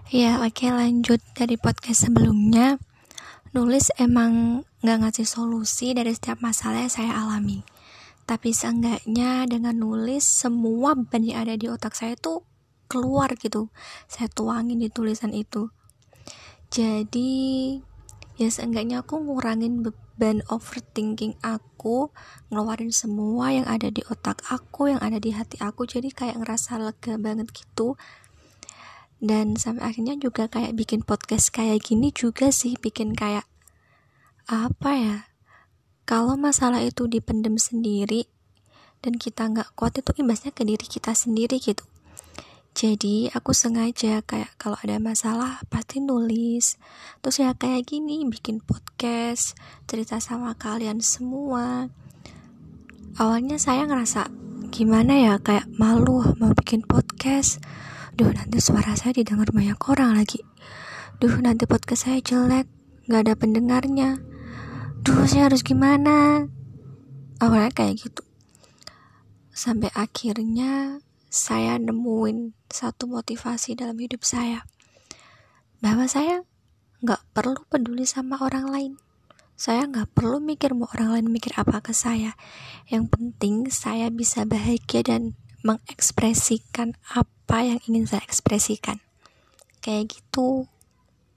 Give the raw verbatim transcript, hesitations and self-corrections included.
Ya, oke, lanjut dari podcast sebelumnya. Nulis emang gak ngasih solusi dari setiap masalah yang saya alami, tapi seenggaknya dengan nulis semua beban yang ada di otak saya tuh keluar gitu. Saya tuangin di tulisan itu. Jadi ya seenggaknya aku ngurangin beban overthinking aku, ngeluarin semua yang ada di otak aku, yang ada di hati aku. Jadi kayak ngerasa lega banget gitu. Dan sampai akhirnya juga kayak bikin podcast kayak gini juga sih, bikin kayak apa ya, kalau masalah itu dipendem sendiri dan kita gak kuat, itu imbasnya ke diri kita sendiri gitu. Jadi aku sengaja kayak kalau ada masalah pasti nulis, terus ya kayak gini bikin podcast, cerita sama kalian semua. Awalnya saya ngerasa gimana ya, kayak malu mau bikin podcast. Duh, nanti suara saya didengar banyak orang lagi. Duh, nanti podcast saya jelek, gak ada pendengarnya. Duh, saya harus gimana? Awalnya kayak gitu. Sampai akhirnya saya nemuin satu motivasi dalam hidup saya, bahwa saya gak perlu peduli sama orang lain. Saya gak perlu mikir mau orang lain mikir apa ke saya. Yang penting saya bisa bahagia dan mengekspresikan apa yang ingin saya ekspresikan. Kayak gitu.